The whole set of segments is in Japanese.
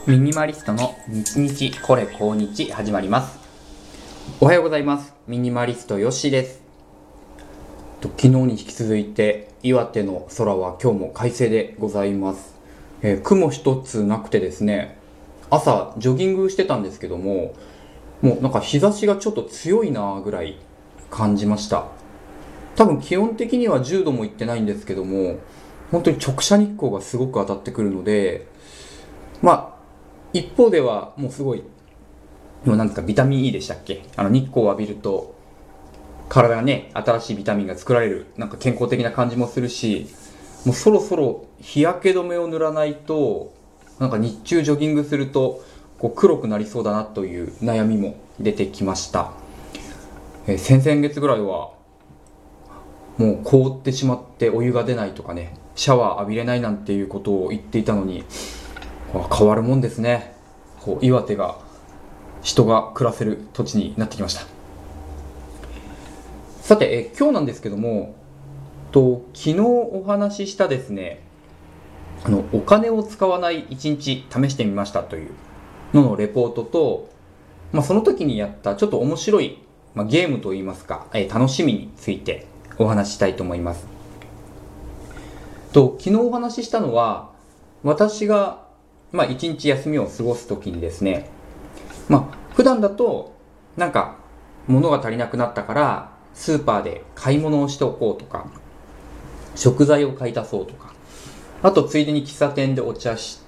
ミニマリストの日日これ今日始まります。おはようございます。ミニマリストよしです。昨日に引き続いて岩手の空は今日も快晴でございます。雲一つなくてですね、朝ジョギングしてたんですけども、もうなんか日差しがちょっと強いなぐらい感じました。多分気温的には10度もいってないんですけども、本当に直射日光がすごく当たってくるので、一方ではもうすごい、なんですか、ビタミン E でしたっけ、日光を浴びると体がね、新しいビタミンが作られる、なんか健康的な感じもするし、もうそろそろ日焼け止めを塗らないと、なんか日中ジョギングするとこう黒くなりそうだなという悩みも出てきました。先々月ぐらいはもう凍ってしまってお湯が出ないとかね、シャワー浴びれないなんていうことを言っていたのに、変わるもんですね。こう岩手が人が暮らせる土地になってきました。さて、今日なんですけども、昨日お話ししたですね、お金を使わない一日試してみましたというののレポートと、その時にやったちょっと面白い、ゲームといいますか、楽しみについてお話ししたいと思います。昨日お話ししたのは、私が一日休みを過ごす時にですね、普段だとなんか物が足りなくなったからスーパーで買い物をしておこうとか、食材を買い足そうとか、あとついでに喫茶店でお茶して、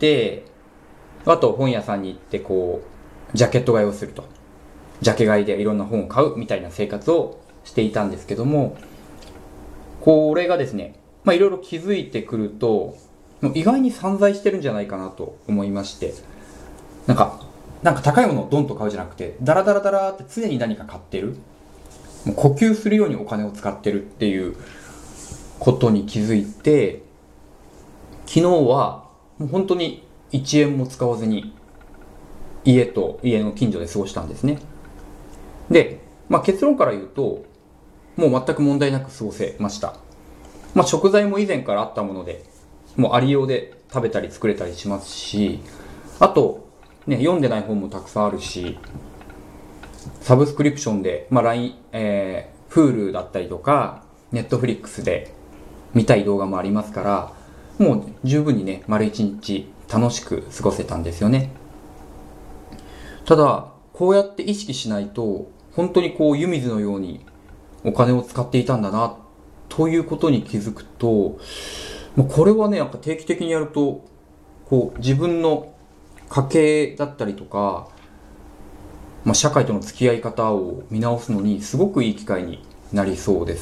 あと本屋さんに行ってこうジャケット買いをすると、ジャケ買いでいろんな本を買うみたいな生活をしていたんですけども、これがですね、いろいろ気づいてくると意外に散財してるんじゃないかなと思いまして、なんか高いものをドンと買うじゃなくて、ダラダラダラって常に何か買ってる、もう呼吸するようにお金を使ってるっていうことに気づいて、昨日はもう本当に1円も使わずに家と家の近所で過ごしたんですね。で、結論から言うともう全く問題なく過ごせました。食材も以前からあったもので、もうありようで食べたり作れたりしますし、あとね、読んでない本もたくさんあるし、サブスクリプションで、LINE、Hulu だったりとか、Netflix で見たい動画もありますから、もう十分にね、丸一日楽しく過ごせたんですよね。ただ、こうやって意識しないと、本当にこう湯水のようにお金を使っていたんだな、ということに気づくと、これはね、なんか定期的にやると、こう自分の家計だったりとか、社会との付き合い方を見直すのにすごくいい機会になりそうです。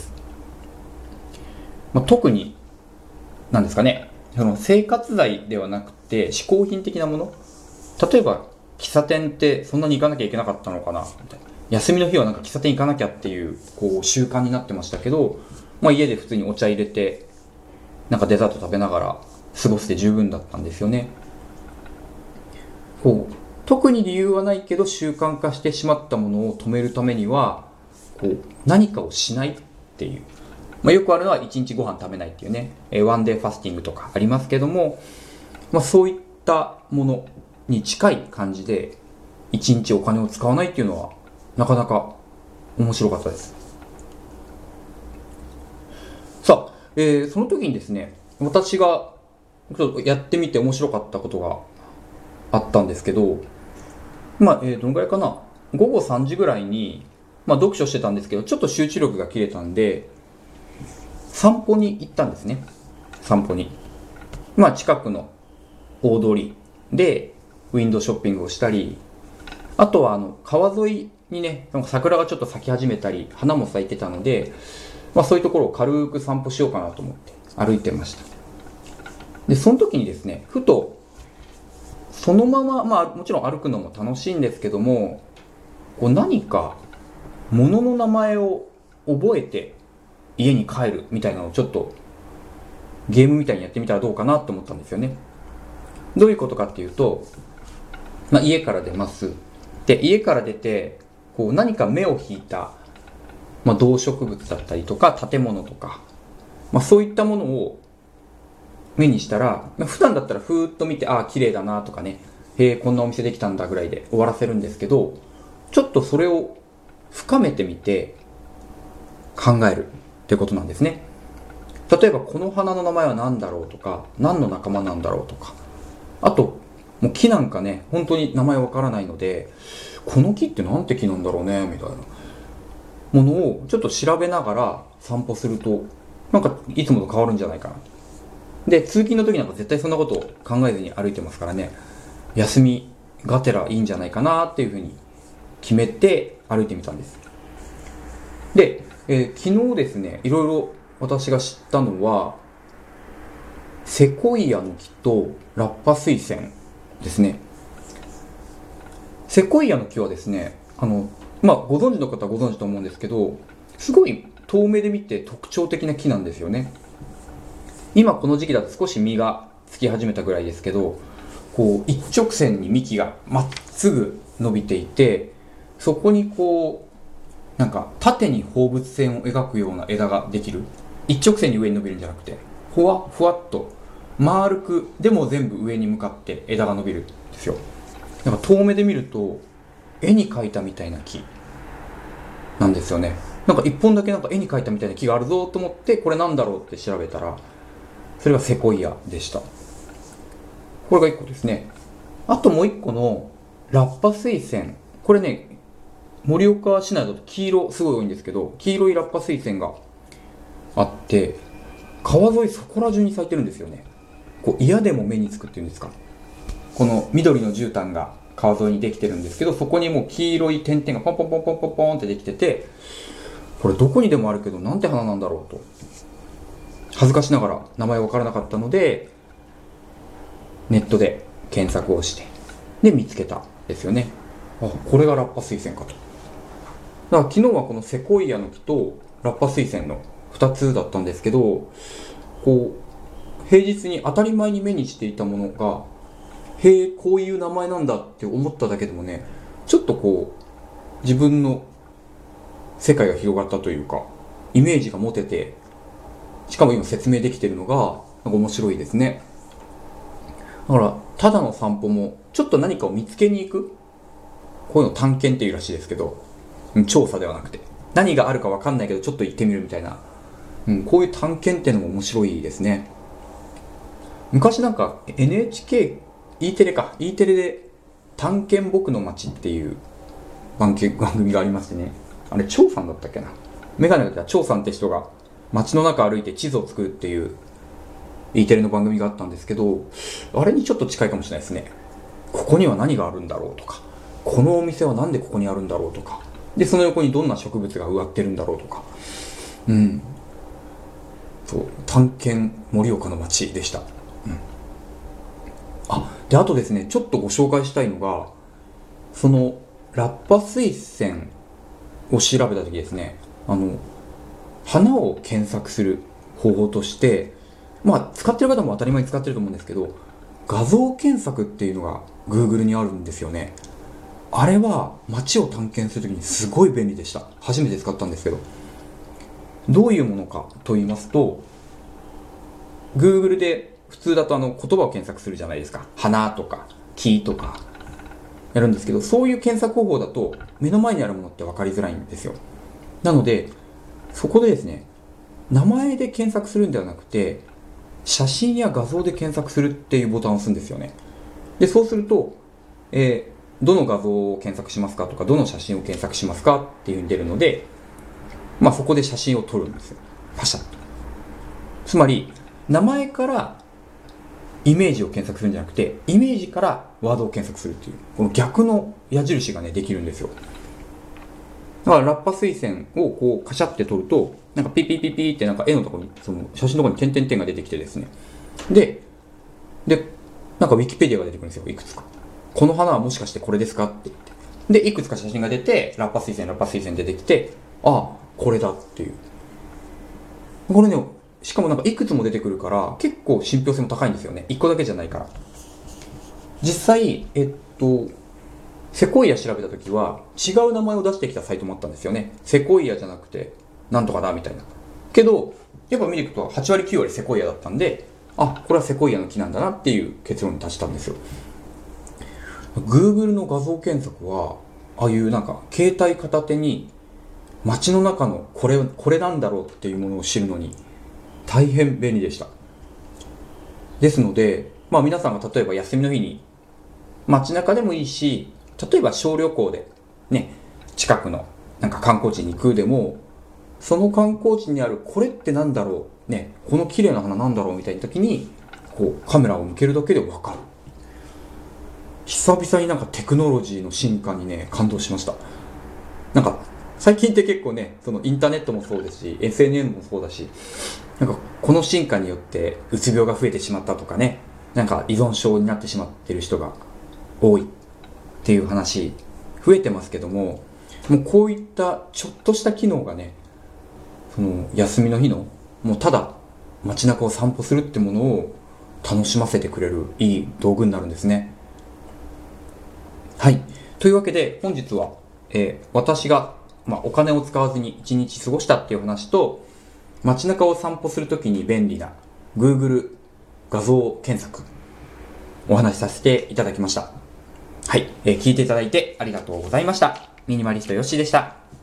特に何ですかね、その生活財ではなくて嗜好品的なもの、例えば喫茶店ってそんなに行かなきゃいけなかったのかなみたいな、休みの日はなんか喫茶店行かなきゃっていうこう習慣になってましたけど、家で普通にお茶入れてなんかデザート食べながら過ごすで十分だったんですよね。こう特に理由はないけど習慣化してしまったものを止めるためには、こう何かをしないっていう、よくあるのは1日ご飯食べないっていうね、ワンデーファスティングとかありますけども、そういったものに近い感じで1日お金を使わないっていうのはなかなか面白かったです。さあ、その時にですね、私がちょっとやってみて面白かったことがあったんですけど、どのぐらいかな、午後3時ぐらいに、読書してたんですけど、ちょっと集中力が切れたんで散歩に行ったんですね。散歩に、近くの大通りでウィンドウショッピングをしたり、あとは川沿いにね、桜がちょっと咲き始めたり花も咲いてたので、そういうところを軽く散歩しようかなと思って歩いてました。でその時にですね、ふとそのまま、もちろん歩くのも楽しいんですけども、こう何か物の名前を覚えて家に帰るみたいなのをちょっとゲームみたいにやってみたらどうかなと思ったんですよね。どういうことかっていうと、家から出ます。で家から出てこう何か目を引いた、動植物だったりとか建物とか、そういったものを目にしたら、普段だったらふーっと見て、ああ綺麗だなとかね、 へえこんなお店できたんだぐらいで終わらせるんですけど、ちょっとそれを深めてみて考えるってことなんですね。例えばこの花の名前は何だろうとか、何の仲間なんだろうとか、あともう木なんかね本当に名前わからないので、この木ってなんて木なんだろうねみたいなものをちょっと調べながら散歩すると、なんかいつもと変わるんじゃないかな。で通勤の時なんか絶対そんなことを考えずに歩いてますからね、休みがてらいいんじゃないかなっていうふうに決めて歩いてみたんです。で、昨日ですね、いろいろ私が知ったのはセコイアの木とラッパ水仙ですね。セコイアの木はですね、ご存知の方はご存知と思うんですけど、すごい遠目で見て特徴的な木なんですよね。今この時期だと少し実がつき始めたぐらいですけど、こう一直線に幹がまっすぐ伸びていて、そこにこうなんか縦に放物線を描くような枝ができる。一直線に上に伸びるんじゃなくて、ふわふわっと丸く、でも全部上に向かって枝が伸びるんですよ。なんか遠目で見ると絵に描いたみたいな木なんですよね。なんか一本だけなんか絵に描いたみたいな木があるぞと思って、これなんだろうって調べたら、それがセコイアでした。これが1個ですね。あともう1個のラッパ水仙、これね、盛岡市内だと黄色すごい多いんですけど、黄色いラッパ水仙があって、川沿いそこら中に咲いてるんですよね。こう嫌でも目につくっていうんですか、この緑の絨毯が川沿いにできてるんですけど、そこにもう黄色い点々がポンポンポンポンポンポンってできてて、これどこにでもあるけどなんて花なんだろうと恥ずかしながら名前分からなかったので、ネットで検索をしてで見つけたんですよね。あ、これがラッパ水仙かと。だから昨日はこのセコイアの木とラッパ水仙の2つだったんですけど、こう平日に当たり前に目にしていたものが、へえこういう名前なんだって思っただけでもね、ちょっとこう自分の世界が広がったというか、イメージが持てて、しかも今説明できているのがなんか面白いですね。だからただの散歩もちょっと何かを見つけに行く、こういうの探検っていうらしいですけど、調査ではなくて何があるか分かんないけどちょっと行ってみるみたいな、こういう探検っていうのも面白いですね。昔なんか NHK、E テレで探検僕の街っていう番組がありましてね、あれ張さんだったっけな、メガネが出た張さんって人が街の中歩いて地図を作るっていう E テレの番組があったんですけど、あれにちょっと近いかもしれないですね。ここには何があるんだろうとか、このお店はなんでここにあるんだろうとか、でその横にどんな植物が植わってるんだろうとか、そう探検盛岡の街でした。であとですね、ちょっとご紹介したいのが、そのラッパ水仙を調べた時ですね、花を検索する方法として、使ってる方も当たり前に使ってると思うんですけど、画像検索っていうのが Google にあるんですよね。あれは街を探検するときにすごい便利でした。初めて使ったんですけど、どういうものかと言いますと、 Google で普通だと言葉を検索するじゃないですか。花とか木とかやるんですけど、そういう検索方法だと目の前にあるものって分かりづらいんですよ。なのでそこでですね、名前で検索するんではなくて写真や画像で検索するっていうボタンを押すんですよね。でそうすると、どの画像を検索しますかとか、どの写真を検索しますかっていう風に出るので、そこで写真を撮るんですよ。パシャッと。つまり名前からイメージを検索するんじゃなくて、イメージからワードを検索するっていう、この逆の矢印がねできるんですよ。だからラッパ水仙をこうカシャって撮ると、なんかピピピピってなんか絵のところに、その写真のところに点々点が出てきてですね、でなんかウィキペディアが出てくるんですよ。いくつか、この花はもしかしてこれですかって言って、でいくつか写真が出て、ラッパ水仙出てきて、あ、これだっていう。これね、しかもなんかいくつも出てくるから結構信憑性も高いんですよね。1個だけじゃないから。実際セコイア調べた時は違う名前を出してきたサイトもあったんですよね。セコイアじゃなくてなんとかだみたいな。けどやっぱ見ていくと8割9割セコイアだったんで、あ、これはセコイアの木なんだなっていう結論に達したんですよ。 Google の画像検索は、ああいうなんか携帯片手に街の中のこれなんだろうっていうものを知るのに大変便利でした。ですので、皆さんが例えば休みの日に街中でもいいし、例えば小旅行でね、近くのなんか観光地に行くでも、その観光地にあるこれってなんだろうね、この綺麗な花なんだろうみたいな時にこうカメラを向けるだけでわかる。久々になんかテクノロジーの進化にね、感動しました。なんか最近って結構ね、そのインターネットもそうですし SNS もそうだし、なんかこの進化によってうつ病が増えてしまったとかね、なんか依存症になってしまっている人が多いっていう話増えてますけども、もうこういったちょっとした機能がね、その休みの日のもうただ街中を散歩するってものを楽しませてくれるいい道具になるんですね。はい。というわけで本日は、私が、お金を使わずに一日過ごしたっていう話と、街中を散歩するときに便利な Google 画像検索お話しさせていただきました。はい、聞いていただいてありがとうございました。ミニマリストよっしーでした。